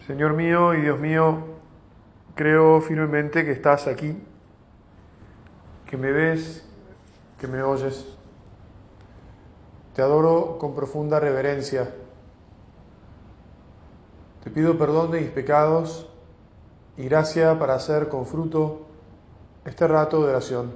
Señor mío y Dios mío, creo firmemente que estás aquí, que me ves, que me oyes. Te adoro con profunda reverencia. Te pido perdón de mis pecados y gracia para hacer con fruto este rato de oración.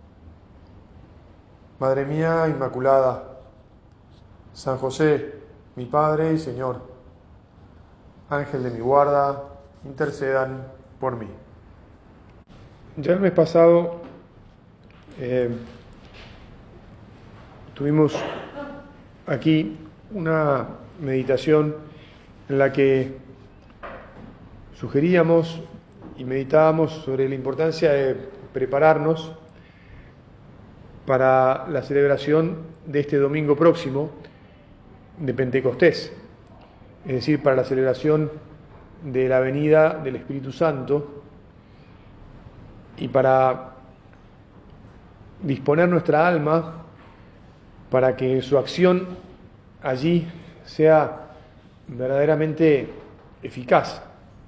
Madre mía Inmaculada, San José, mi Padre y Señor, Ángel de mi guarda, intercedan por mí. Ya el mes pasado tuvimos aquí una meditación en la que sugeríamos y meditábamos sobre la importancia de prepararnos para la celebración de este domingo próximo de Pentecostés, es decir, para la celebración de la venida del Espíritu Santo y para disponer nuestra alma para que su acción allí sea verdaderamente eficaz.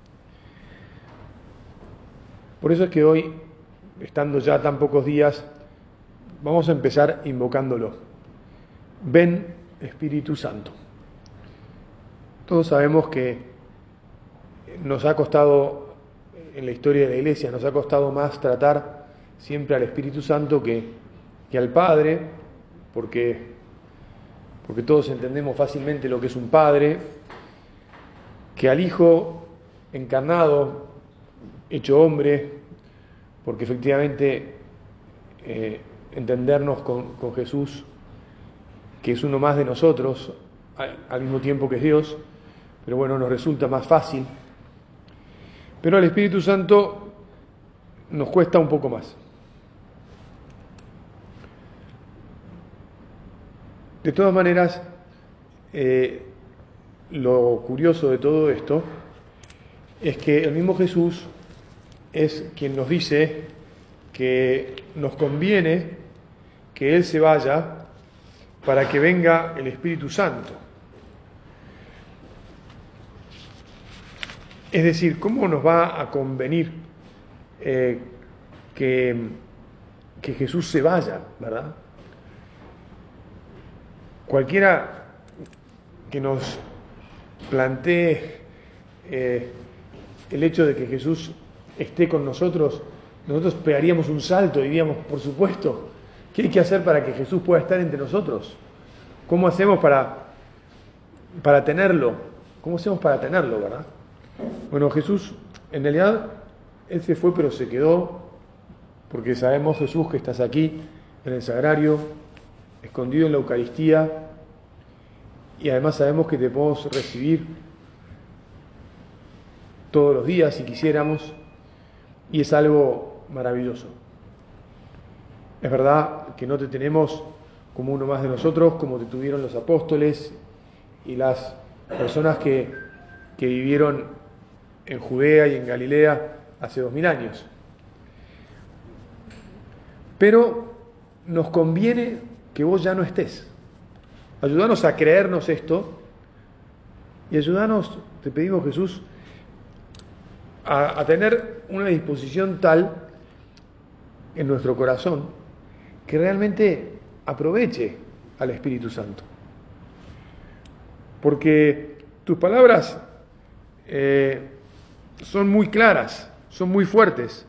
Por eso es que hoy, estando ya tan pocos días, vamos a empezar invocándolo. Ven, Espíritu Santo. Todos sabemos que nos ha costado, en la historia de la Iglesia, nos ha costado más tratar siempre al Espíritu Santo que al Padre, porque todos entendemos fácilmente lo que es un Padre, que al Hijo encarnado, hecho hombre, porque efectivamente entendernos con Jesús, que es uno más de nosotros, al mismo tiempo que es Dios, pero bueno, nos resulta más fácil. Pero al Espíritu Santo nos cuesta un poco más. De todas maneras, lo curioso de todo esto es que el mismo Jesús es quien nos dice que nos conviene que Él se vaya para que venga el Espíritu Santo. Es decir, ¿cómo nos va a convenir que Jesús se vaya, verdad? Cualquiera que nos plantee el hecho de que Jesús esté con nosotros pegaríamos un salto y diríamos, por supuesto, ¿qué hay que hacer para que Jesús pueda estar entre nosotros? ¿Cómo hacemos para tenerlo? ¿Cómo hacemos para tenerlo, verdad? Bueno, Jesús, en realidad, Él se fue pero se quedó, porque sabemos, Jesús, que estás aquí, en el sagrario, escondido en la Eucaristía, y además sabemos que te podemos recibir todos los días si quisiéramos, y es algo maravilloso. Es verdad que no te tenemos como uno más de nosotros, como te tuvieron los apóstoles y las personas que vivieron en Judea y en Galilea hace 2000 años. Pero nos conviene que vos ya no estés. Ayúdanos a creernos esto y ayúdanos, te pedimos, Jesús, a tener una disposición tal en nuestro corazón que realmente aproveche al Espíritu Santo. Porque tus palabras son muy claras, son muy fuertes.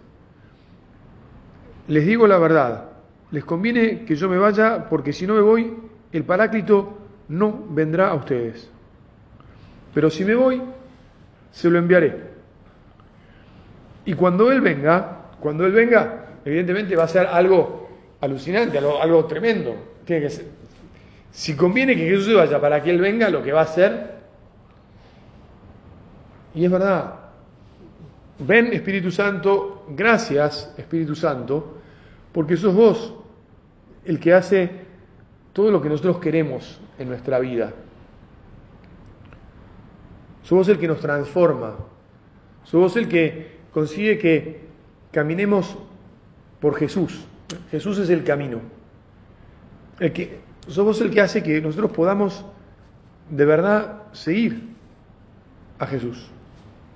Les digo la verdad, les conviene que yo me vaya porque si no me voy, el Paráclito no vendrá a ustedes. Pero si me voy, se lo enviaré. Y cuando Él venga, evidentemente va a ser algo alucinante, algo tremendo. Tiene que ser. Si conviene que Jesús se vaya para que Él venga, lo que va a hacer, y es verdad, ven Espíritu Santo, gracias Espíritu Santo, porque sos vos el que hace todo lo que nosotros queremos en nuestra vida. Sos vos el que nos transforma, sos vos el que consigue que caminemos por Jesús. Jesús es el camino. Sos vos el que hace que nosotros podamos de verdad seguir a Jesús.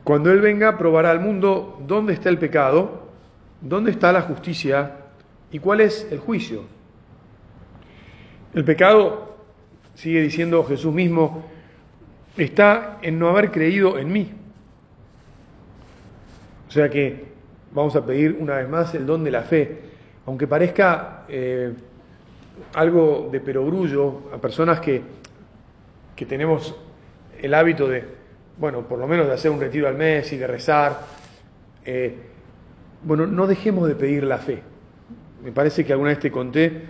Cuando Él venga, probará al mundo dónde está el pecado, dónde está la justicia y cuál es el juicio. El pecado, sigue diciendo Jesús mismo, está en no haber creído en mí. O sea que vamos a pedir una vez más el don de la fe, aunque parezca algo de perogrullo a personas que tenemos el hábito de, bueno, por lo menos de hacer un retiro al mes y de rezar. Bueno, no dejemos de pedir la fe. Me parece que alguna vez te conté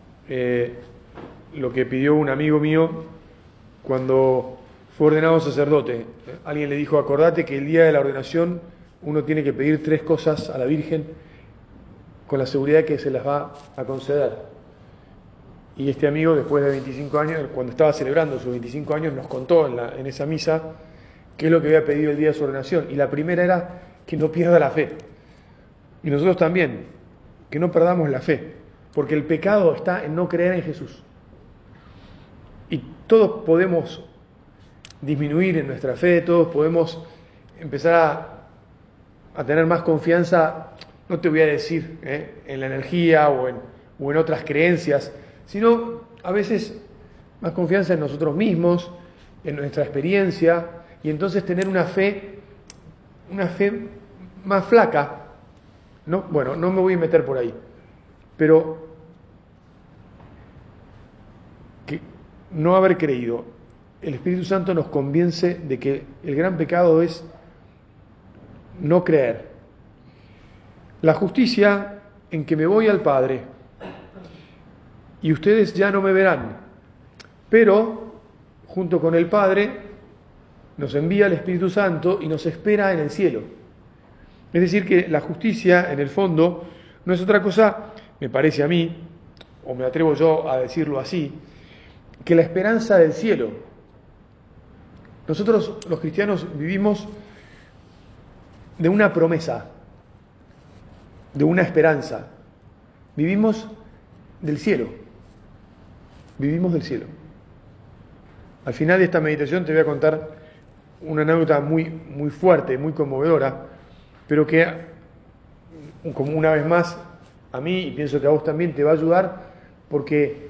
lo que pidió un amigo mío cuando fue ordenado sacerdote. Alguien le dijo, acordate que el día de la ordenación uno tiene que pedir 3 cosas a la Virgen con la seguridad de que se las va a conceder. Y este amigo, después de 25 años, cuando estaba celebrando sus 25 años, nos contó en esa misa qué es lo que había pedido el día de su ordenación. Y la primera era que no pierda la fe. Y nosotros también, que no perdamos la fe, porque el pecado está en no creer en Jesús. Y todos podemos disminuir en nuestra fe, todos podemos empezar a tener más confianza, no te voy a decir en la energía o en otras creencias, sino a veces más confianza en nosotros mismos, en nuestra experiencia, y entonces tener una fe más flaca. No, bueno, no me voy a meter por ahí, pero que no haber creído, el Espíritu Santo nos convence de que el gran pecado es no creer. La justicia en que me voy al Padre y ustedes ya no me verán, pero junto con el Padre nos envía el Espíritu Santo y nos espera en el cielo. Es decir, que la justicia, en el fondo, no es otra cosa, me parece a mí, o me atrevo yo a decirlo así, que la esperanza del cielo. Nosotros los cristianos vivimos de una promesa, de una esperanza. Vivimos del cielo. Vivimos del cielo. Al final de esta meditación te voy a contar una anécdota muy, muy fuerte, muy conmovedora, pero que, como una vez más, a mí, y pienso que a vos también, te va a ayudar, porque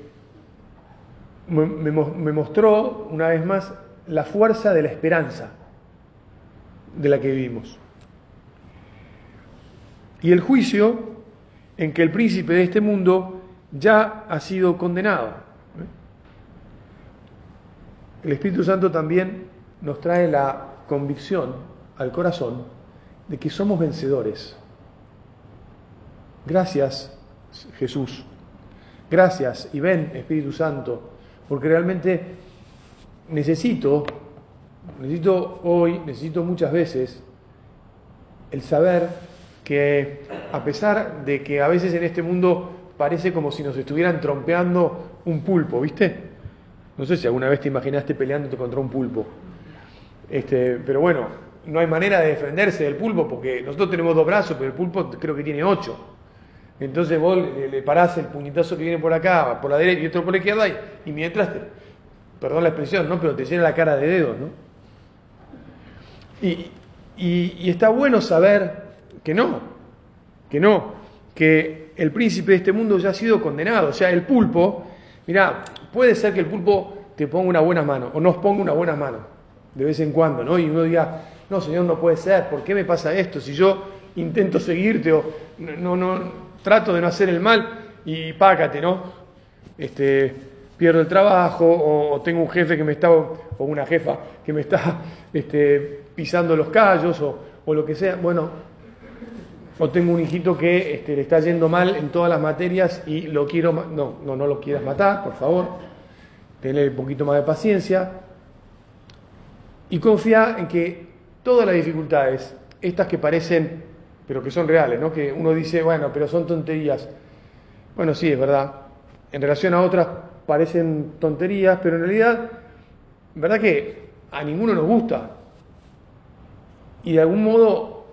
me mostró, una vez más, la fuerza de la esperanza de la que vivimos. Y el juicio en que el príncipe de este mundo ya ha sido condenado. El Espíritu Santo también nos trae la convicción al corazón de que somos vencedores. Gracias, Jesús. Gracias y ven, Espíritu Santo, porque realmente necesito hoy, necesito muchas veces el saber que, a pesar de que a veces en este mundo parece como si nos estuvieran trompeando un pulpo, ¿viste? No sé si alguna vez te imaginaste peleándote contra un pulpo. Pero bueno, no hay manera de defenderse del pulpo porque nosotros tenemos 2 brazos, pero el pulpo creo que tiene 8. Entonces vos le parás el puñetazo que viene por acá, por la derecha y otro por la izquierda, y mientras perdón la expresión, ¿no? Pero te llena la cara de dedos, ¿no? Y está bueno saber que el príncipe de este mundo ya ha sido condenado. O sea, el pulpo, mirá, puede ser que el pulpo te ponga una buena mano o nos ponga una buena mano de vez en cuando, ¿no? Y uno diga, no, Señor, no puede ser, ¿por qué me pasa esto? Si yo intento seguirte o no trato de no hacer el mal y págate, ¿no? Pierdo el trabajo o tengo un jefe que me está, o una jefa que me está pisando los callos o lo que sea. Bueno, o tengo un hijito que le está yendo mal en todas las materias y lo quiero... No lo quieras matar, por favor. Tenle un poquito más de paciencia. Y confía en que todas las dificultades, estas que parecen, pero que son reales, ¿no? Que uno dice, bueno, pero son tonterías. Bueno, sí, es verdad. En relación a otras parecen tonterías, pero en realidad, ¿verdad que a ninguno nos gusta? Y de algún modo,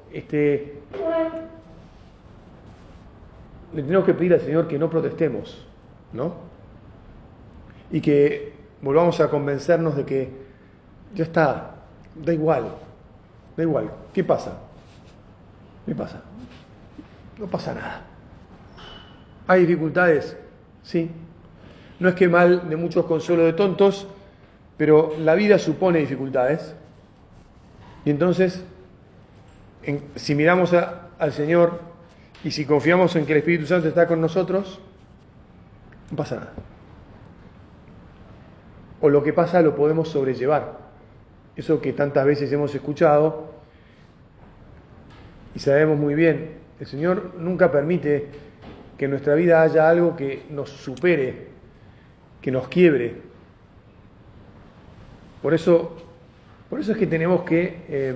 le tenemos que pedir al Señor que no protestemos, ¿no? Y que volvamos a convencernos de que ya está, da igual. Da igual, ¿qué pasa? ¿Qué pasa? No pasa nada. ¿Hay dificultades? Sí. No es que mal de muchos consuelo de tontos, pero la vida supone dificultades. Y entonces, si miramos al Señor y si confiamos en que el Espíritu Santo está con nosotros, no pasa nada. O lo que pasa lo podemos sobrellevar. Eso que tantas veces hemos escuchado y sabemos muy bien, el Señor nunca permite que en nuestra vida haya algo que nos supere, que nos quiebre. Por eso es que tenemos que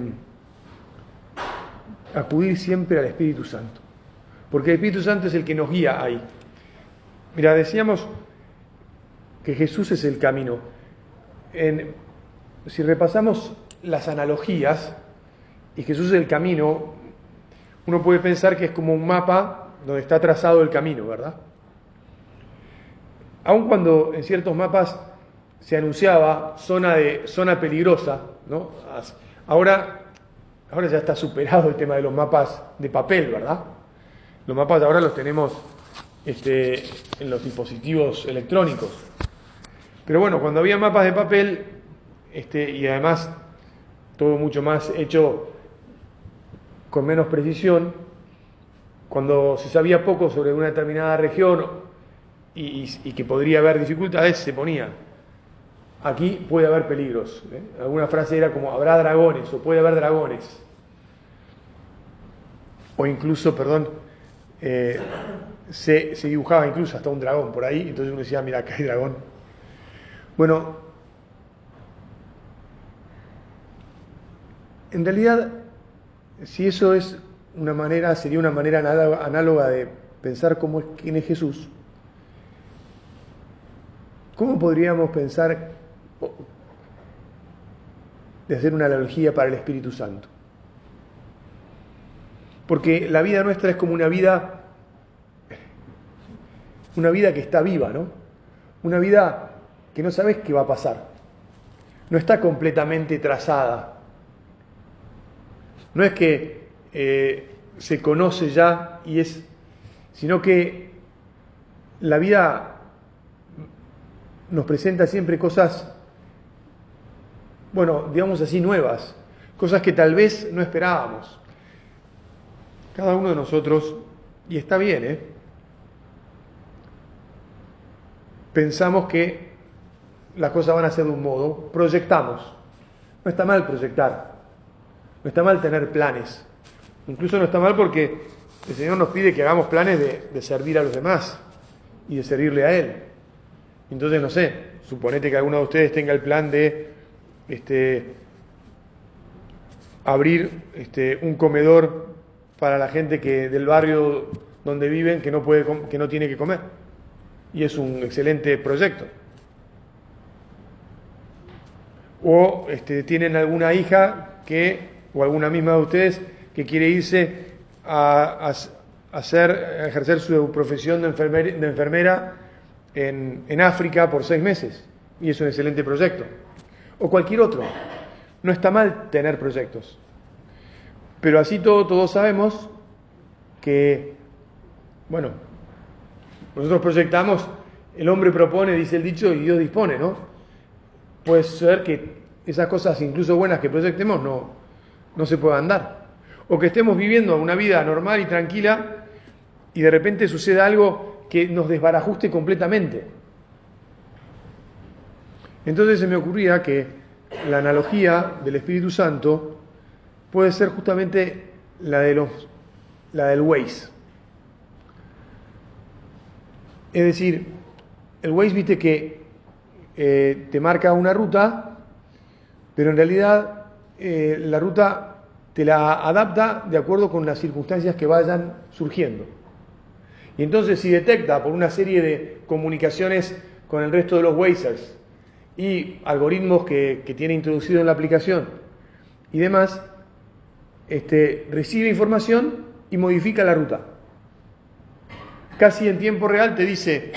acudir siempre al Espíritu Santo. Porque el Espíritu Santo es el que nos guía ahí. Mira, decíamos que Jesús es el camino. Si repasamos las analogías, y Jesús es el camino, uno puede pensar que es como un mapa donde está trazado el camino, ¿verdad? Aun cuando en ciertos mapas se anunciaba zona peligrosa, ¿no? Ahora ya está superado el tema de los mapas de papel, ¿verdad? Los mapas ahora los tenemos en los dispositivos electrónicos. Pero bueno, cuando había mapas de papel, y además todo mucho más hecho con menos precisión, cuando se sabía poco sobre una determinada región y que podría haber dificultades, se ponía: aquí puede haber peligros. Alguna frase era como: habrá dragones, o puede haber dragones. O incluso, se dibujaba incluso hasta un dragón por ahí, entonces uno decía: mira, acá hay dragón. Bueno, en realidad, si eso es sería una manera análoga de pensar quién es Jesús, ¿cómo podríamos pensar de hacer una analogía para el Espíritu Santo? Porque la vida nuestra es como una vida que está viva, ¿no? Una vida que no sabes qué va a pasar. No está completamente trazada. No es que se conoce ya sino que la vida nos presenta siempre cosas, bueno, digamos así, nuevas, cosas que tal vez no esperábamos. Cada uno de nosotros, y está bien, pensamos que las cosas van a ser de un modo, proyectamos. No está mal proyectar, no está mal tener planes. Incluso no está mal porque el Señor nos pide que hagamos planes de servir a los demás y de servirle a Él. Entonces, no sé, suponete que alguno de ustedes tenga el plan de abrir un comedor para la gente del barrio donde viven que no tiene que comer. Y es un excelente proyecto. O tienen alguna hija o alguna misma de ustedes que quiere irse a ejercer su profesión de enfermera en África por 6 meses. Y es un excelente proyecto. O cualquier otro. No está mal tener proyectos. Pero así todos sabemos que, bueno, nosotros proyectamos, el hombre propone, dice el dicho, y Dios dispone, ¿no? Puede ser que esas cosas, incluso buenas que proyectemos, no se puedan dar. O que estemos viviendo una vida normal y tranquila y de repente suceda algo que nos desbarajuste completamente. Entonces se me ocurría que la analogía del Espíritu Santo puede ser justamente la del Waze. Es decir, el Waze, viste que te marca una ruta, pero en realidad la ruta te la adapta de acuerdo con las circunstancias que vayan surgiendo. Y entonces, si detecta por una serie de comunicaciones con el resto de los Wazers y algoritmos que tiene introducido en la aplicación y demás, recibe información y modifica la ruta. Casi en tiempo real te dice: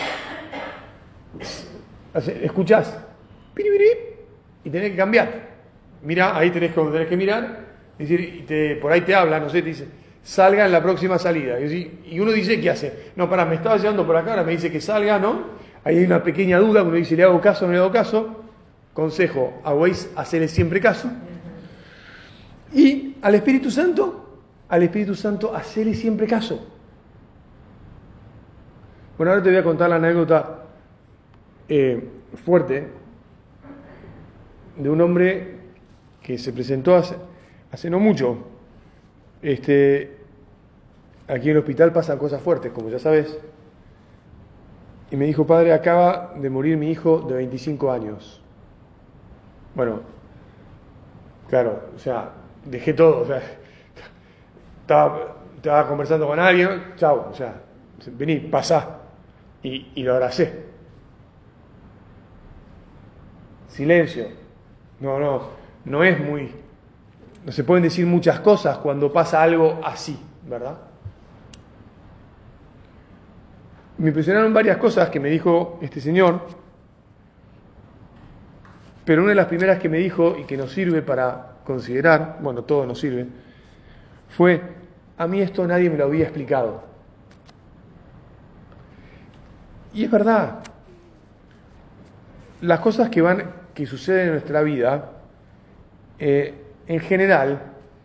escuchás, y tenés que cambiar. Mirá, ahí tenés que mirar, Es decir, por ahí te habla, no sé, te dice, salga en la próxima salida. Y uno dice, ¿qué hace? No, pará, me estaba llevando por acá, ahora me dice que salga, ¿no? Ahí hay una pequeña duda, uno dice, ¿le hago caso o no le hago caso? Consejo a Waze, hacerle siempre caso. Y al Espíritu Santo, hacerle siempre caso. Bueno, ahora te voy a contar la anécdota fuerte de un hombre que se presentó hace no mucho. Aquí en el hospital pasan cosas fuertes, como ya sabes. Y me dijo, padre, acaba de morir mi hijo de 25 años. Bueno, claro, o sea, dejé todo, o sea, estaba conversando con alguien, chao, o sea, vení, pasá, y lo abracé. Silencio. No es muy, no se pueden decir muchas cosas cuando pasa algo así, ¿verdad? Me impresionaron varias cosas que me dijo este señor, pero una de las primeras que me dijo y que nos sirve para considerar, bueno, todo nos sirve, fue, a mí esto nadie me lo había explicado. Y es verdad, las cosas que suceden en nuestra vida, en general,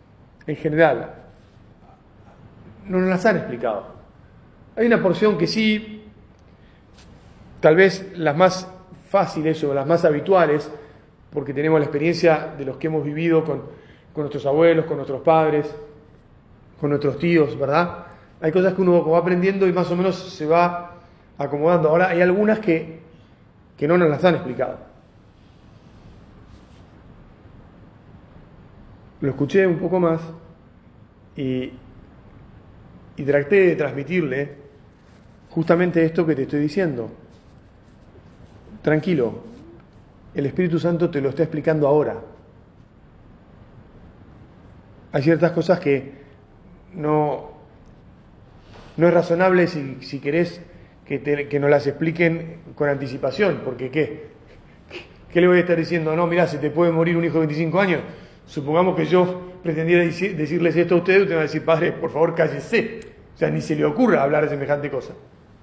no nos las han explicado. Hay una porción que sí, tal vez las más fáciles o las más habituales, porque tenemos la experiencia de los que hemos vivido con nuestros abuelos, con nuestros padres, con nuestros tíos, ¿verdad? Hay cosas que uno va aprendiendo y más o menos se va acomodando. Ahora hay algunas que no nos las han explicado. Lo escuché un poco más y traté de transmitirle justamente esto que te estoy diciendo. Tranquilo, el Espíritu Santo te lo está explicando ahora. Hay ciertas cosas que no es razonable si querés que nos las expliquen con anticipación, porque ¿qué le voy a estar diciendo? No, mirá, se te puede morir un hijo de 25 años. Supongamos que yo pretendiera decirles esto a ustedes, ustedes van a decir, padre, por favor, cállese. O sea, ni se le ocurra hablar de semejante cosa.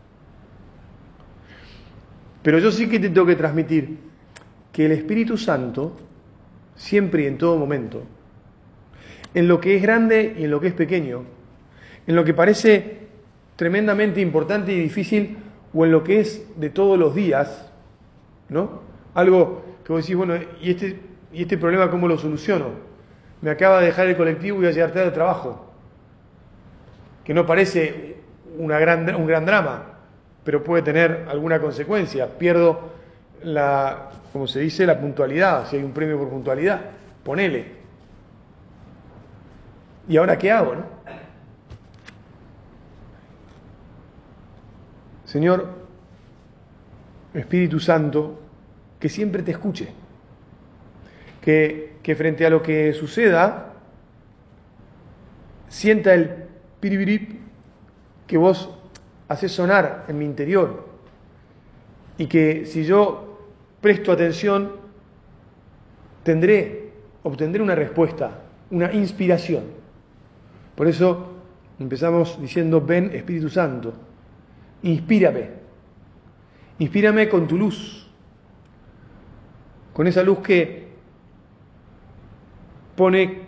Pero yo sí que te tengo que transmitir que el Espíritu Santo, siempre y en todo momento, en lo que es grande y en lo que es pequeño, en lo que parece tremendamente importante y difícil o en lo que es de todos los días, ¿no? Algo que vos decís, bueno, ¿y este problema cómo lo soluciono? Me acaba de dejar el colectivo y voy a llegar tarde al trabajo. Que no parece un gran drama, pero puede tener alguna consecuencia. Pierdo como se dice, la puntualidad, si hay un premio por puntualidad, ponele. ¿Y ahora qué hago, no? Señor, Espíritu Santo, que siempre te escuche, que frente a lo que suceda, sienta el piribirip que vos haces sonar en mi interior, y que si yo presto atención, obtendré una respuesta, una inspiración. Por eso empezamos diciendo, ven Espíritu Santo, inspírame con tu luz, con esa luz que pone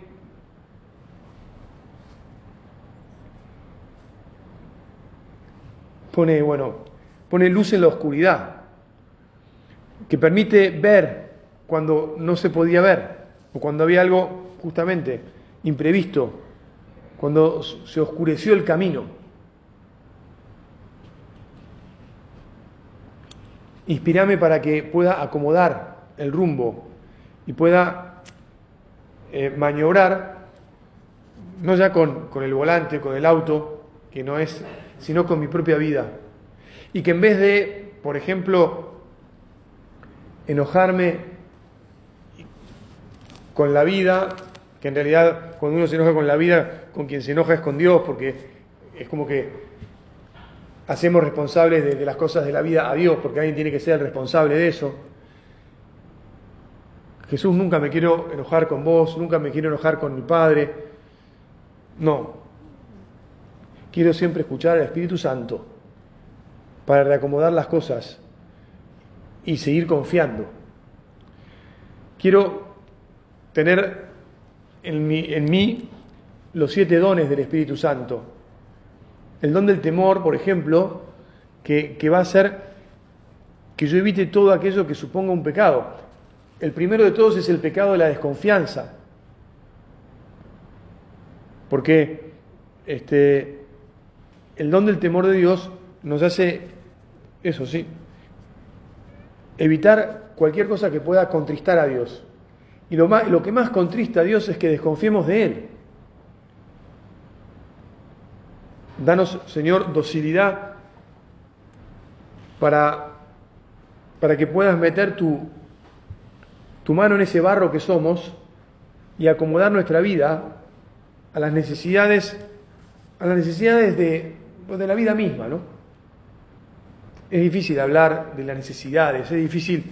luz en la oscuridad, que permite ver cuando no se podía ver, o cuando había algo justamente imprevisto, cuando se oscureció el camino. Inspírame para que pueda acomodar el rumbo y pueda maniobrar, no ya con el volante, con el auto, que no es, sino con mi propia vida. Y que en vez de, por ejemplo, enojarme con la vida, que en realidad cuando uno se enoja con la vida, con quien se enoja es con Dios, porque es como que hacemos responsables de las cosas de la vida a Dios, porque alguien tiene que ser el responsable de eso. Jesús, nunca me quiero enojar con vos, nunca me quiero enojar con mi Padre. No. Quiero siempre escuchar al Espíritu Santo para reacomodar las cosas y seguir confiando. Quiero tener en mí los 7 dones del Espíritu Santo. El don del temor, por ejemplo, que va a hacer que yo evite todo aquello que suponga un pecado. El primero de todos es el pecado de la desconfianza. Porque el don del temor de Dios nos hace, eso sí, evitar cualquier cosa que pueda contristar a Dios. Y lo que más contrista a Dios es que desconfiemos de Él. Danos, Señor, docilidad para que puedas meter tu mano en ese barro que somos y acomodar nuestra vida a las necesidades de la vida misma, ¿no? Es difícil hablar de las necesidades, es difícil,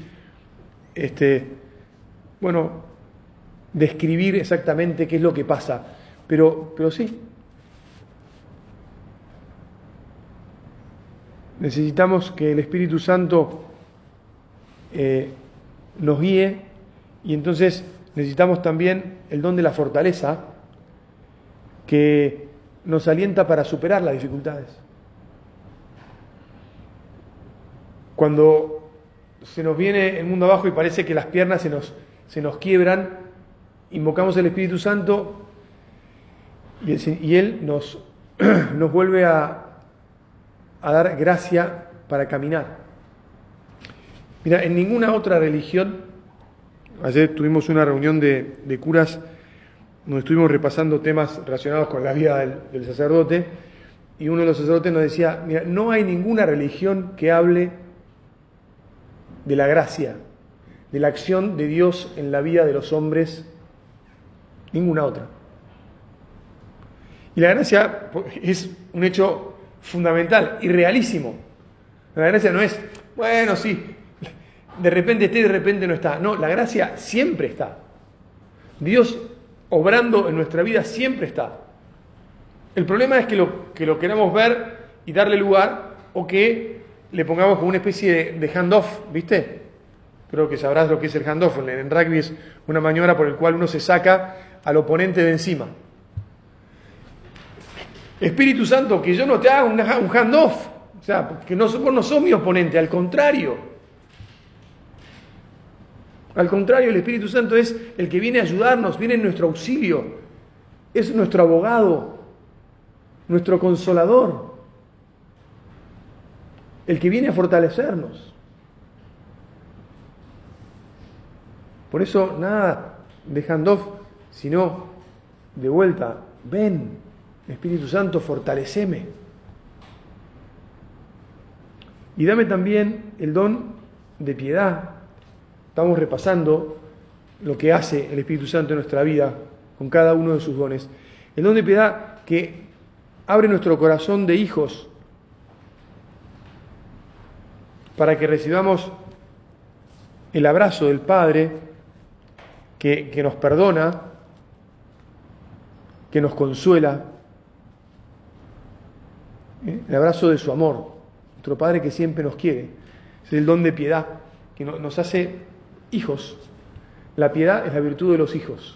describir exactamente qué es lo que pasa, pero sí. Necesitamos que el Espíritu Santo nos guíe, y entonces necesitamos también el don de la fortaleza que nos alienta para superar las dificultades. Cuando se nos viene el mundo abajo y parece que las piernas se nos quiebran, invocamos el Espíritu Santo y Él nos vuelve a dar gracia para caminar. Mira, en ninguna otra religión, ayer tuvimos una reunión de curas donde estuvimos repasando temas relacionados con la vida del sacerdote, y uno de los sacerdotes nos decía, mira, no hay ninguna religión que hable de la gracia, de la acción de Dios en la vida de los hombres, ninguna otra. Y la gracia es un hecho fundamental y realísimo. La gracia no es, bueno, sí, de repente está y de repente no está. No, la gracia siempre está. Dios obrando en nuestra vida siempre está. El problema es que lo queramos ver y darle lugar, o que le pongamos como una especie de handoff, ¿viste? Creo que sabrás lo que es el handoff. En rugby es una maniobra por la cual uno se saca al oponente de encima. Espíritu Santo, que yo no te haga un handoff. O sea, que vos no sos mi oponente, al contrario. Al contrario, el Espíritu Santo es el que viene a ayudarnos, viene en nuestro auxilio, es nuestro abogado, nuestro consolador, el que viene a fortalecernos. Por eso, nada de handoff, sino de vuelta, ven, Espíritu Santo, fortaleceme. Y dame también el don de piedad. Estamos repasando lo que hace el Espíritu Santo en nuestra vida con cada uno de sus dones. El don de piedad que abre nuestro corazón de hijos para que recibamos el abrazo del Padre que nos perdona, que nos consuela, el abrazo de su amor, nuestro Padre que siempre nos quiere. Es el don de piedad que nos hace hijos. La piedad es la virtud de los hijos.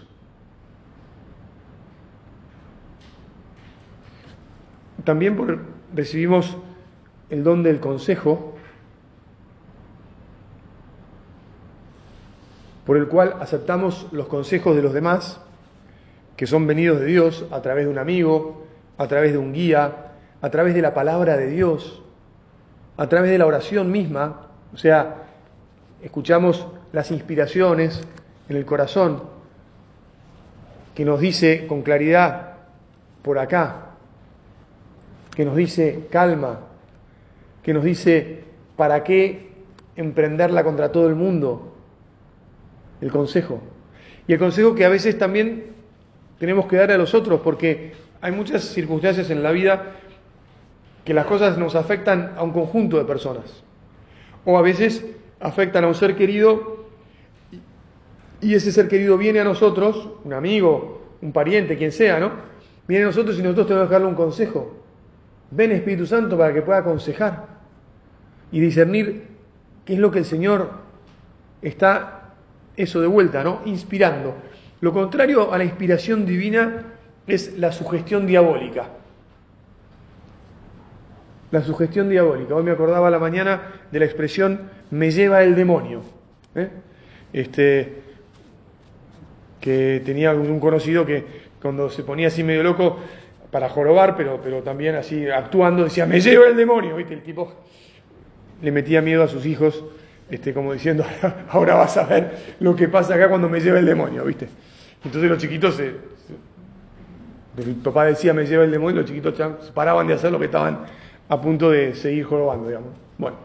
También recibimos el don del consejo, por el cual aceptamos los consejos de los demás, que son venidos de Dios a través de un amigo, a través de un guía, a través de la palabra de Dios, a través de la oración misma. O sea, escuchamos las inspiraciones en el corazón que nos dice con claridad, por acá, que nos dice calma, que nos dice para qué emprenderla contra todo el mundo. El consejo. Y el consejo que a veces también tenemos que dar a los otros, porque hay muchas circunstancias en la vida que las cosas nos afectan a un conjunto de personas, o a veces afectan a un ser querido Y ese ser querido viene a nosotros, un amigo, un pariente, quien sea, ¿no? Viene a nosotros y nosotros tenemos que darle un consejo. Ven Espíritu Santo para que pueda aconsejar y discernir qué es lo que el Señor está, eso de vuelta, ¿no? Inspirando. Lo contrario a la inspiración divina es la sugestión diabólica. La sugestión diabólica. Hoy me acordaba a la mañana de la expresión me lleva el demonio. Que tenía un conocido que cuando se ponía así medio loco para jorobar, pero también así actuando, decía me lleva el demonio, ¿viste? El tipo le metía miedo a sus hijos, como diciendo ahora vas a ver lo que pasa acá cuando me lleva el demonio, ¿viste? Entonces los chiquitos el papá decía me lleva el demonio, y los chiquitos se paraban de hacer lo que estaban a punto de seguir jorobando, digamos. Bueno.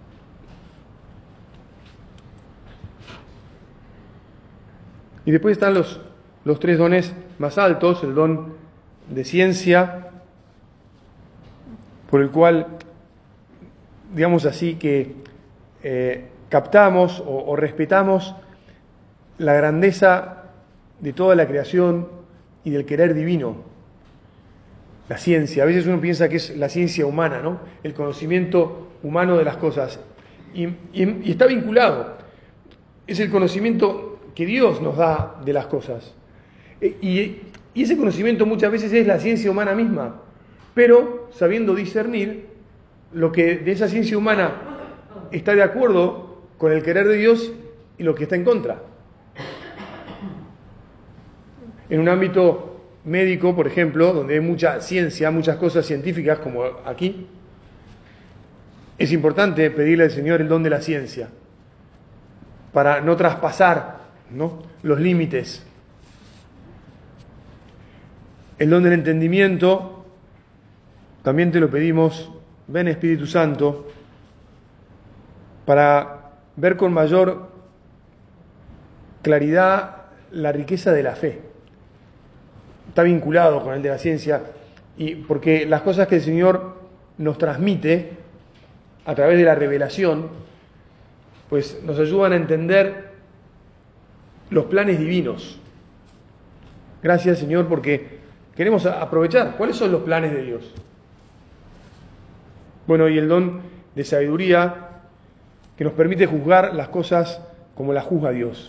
Y después están los tres dones más altos, el don de ciencia, por el cual, digamos así, que captamos o respetamos la grandeza de toda la creación y del querer divino. La ciencia, a veces uno piensa que es la ciencia humana, ¿no? El conocimiento humano de las cosas. Y está vinculado. Es el conocimiento que Dios nos da de las cosas. Y ese conocimiento muchas veces es la ciencia humana misma, pero sabiendo discernir lo que de esa ciencia humana está de acuerdo con el querer de Dios y lo que está en contra. En un ámbito médico, por ejemplo, donde hay mucha ciencia, muchas cosas científicas, como aquí, es importante pedirle al Señor el don de la ciencia, para no traspasar, ¿no?, los límites. El don del entendimiento, también te lo pedimos, ven Espíritu Santo, para ver con mayor claridad la riqueza de la fe. Está vinculado con el de la ciencia, y porque las cosas que el Señor nos transmite a través de la revelación, pues nos ayudan a entender los planes divinos. Gracias, Señor, porque queremos aprovechar. ¿Cuáles son los planes de Dios? Bueno, y el don de sabiduría que nos permite juzgar las cosas como las juzga Dios.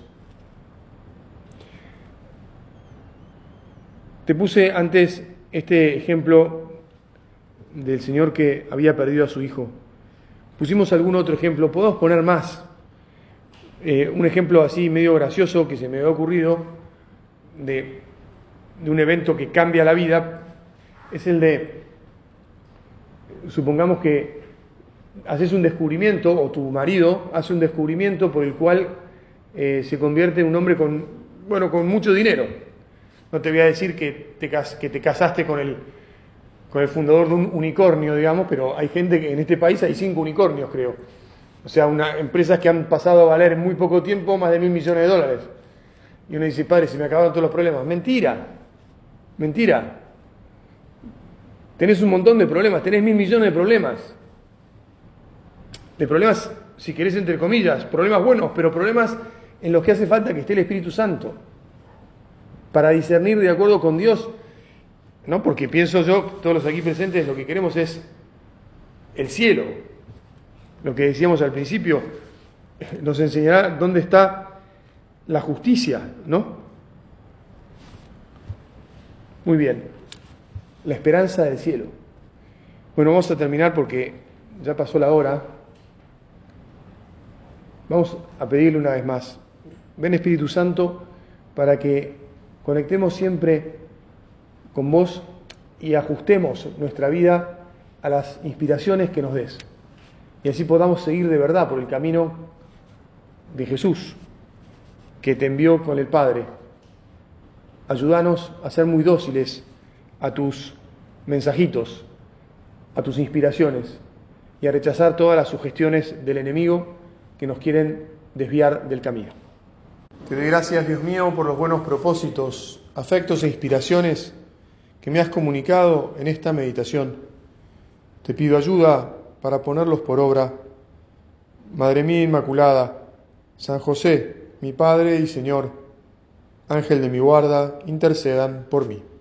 Te puse antes este ejemplo del señor que había perdido a su hijo. Pusimos algún otro ejemplo, podemos poner más. Un ejemplo así medio gracioso que se me había ocurrido de un evento que cambia la vida es el de, supongamos que haces un descubrimiento, o tu marido hace un descubrimiento por el cual se convierte en un hombre con mucho dinero. No te voy a decir que te casaste con el fundador de un unicornio, digamos, pero hay gente que en este país hay 5 unicornios, creo. O sea, empresas que han pasado a valer en muy poco tiempo más de $1.000 millones. Y uno dice, padre, se me acabaron todos los problemas. Mentira. Tenés un montón de problemas, tenés 1.000 millones de problemas. De problemas, si querés, entre comillas, problemas buenos, pero problemas en los que hace falta que esté el Espíritu Santo para discernir de acuerdo con Dios, ¿no? Porque pienso yo, todos los aquí presentes, lo que queremos es el cielo. Lo que decíamos al principio, nos enseñará dónde está la justicia, ¿no? Muy bien, la esperanza del cielo. Bueno, vamos a terminar porque ya pasó la hora. Vamos a pedirle una vez más, ven Espíritu Santo, para que conectemos siempre con vos y ajustemos nuestra vida a las inspiraciones que nos des. Y así podamos seguir de verdad por el camino de Jesús, que te envió con el Padre. Ayúdanos a ser muy dóciles a tus mensajitos, a tus inspiraciones, y a rechazar todas las sugestiones del enemigo que nos quieren desviar del camino. Te doy gracias, Dios mío, por los buenos propósitos, afectos e inspiraciones que me has comunicado en esta meditación. Te pido ayuda para ponerlos por obra. Madre mía Inmaculada, San José, mi Padre y Señor, Ángel de mi guarda, intercedan por mí.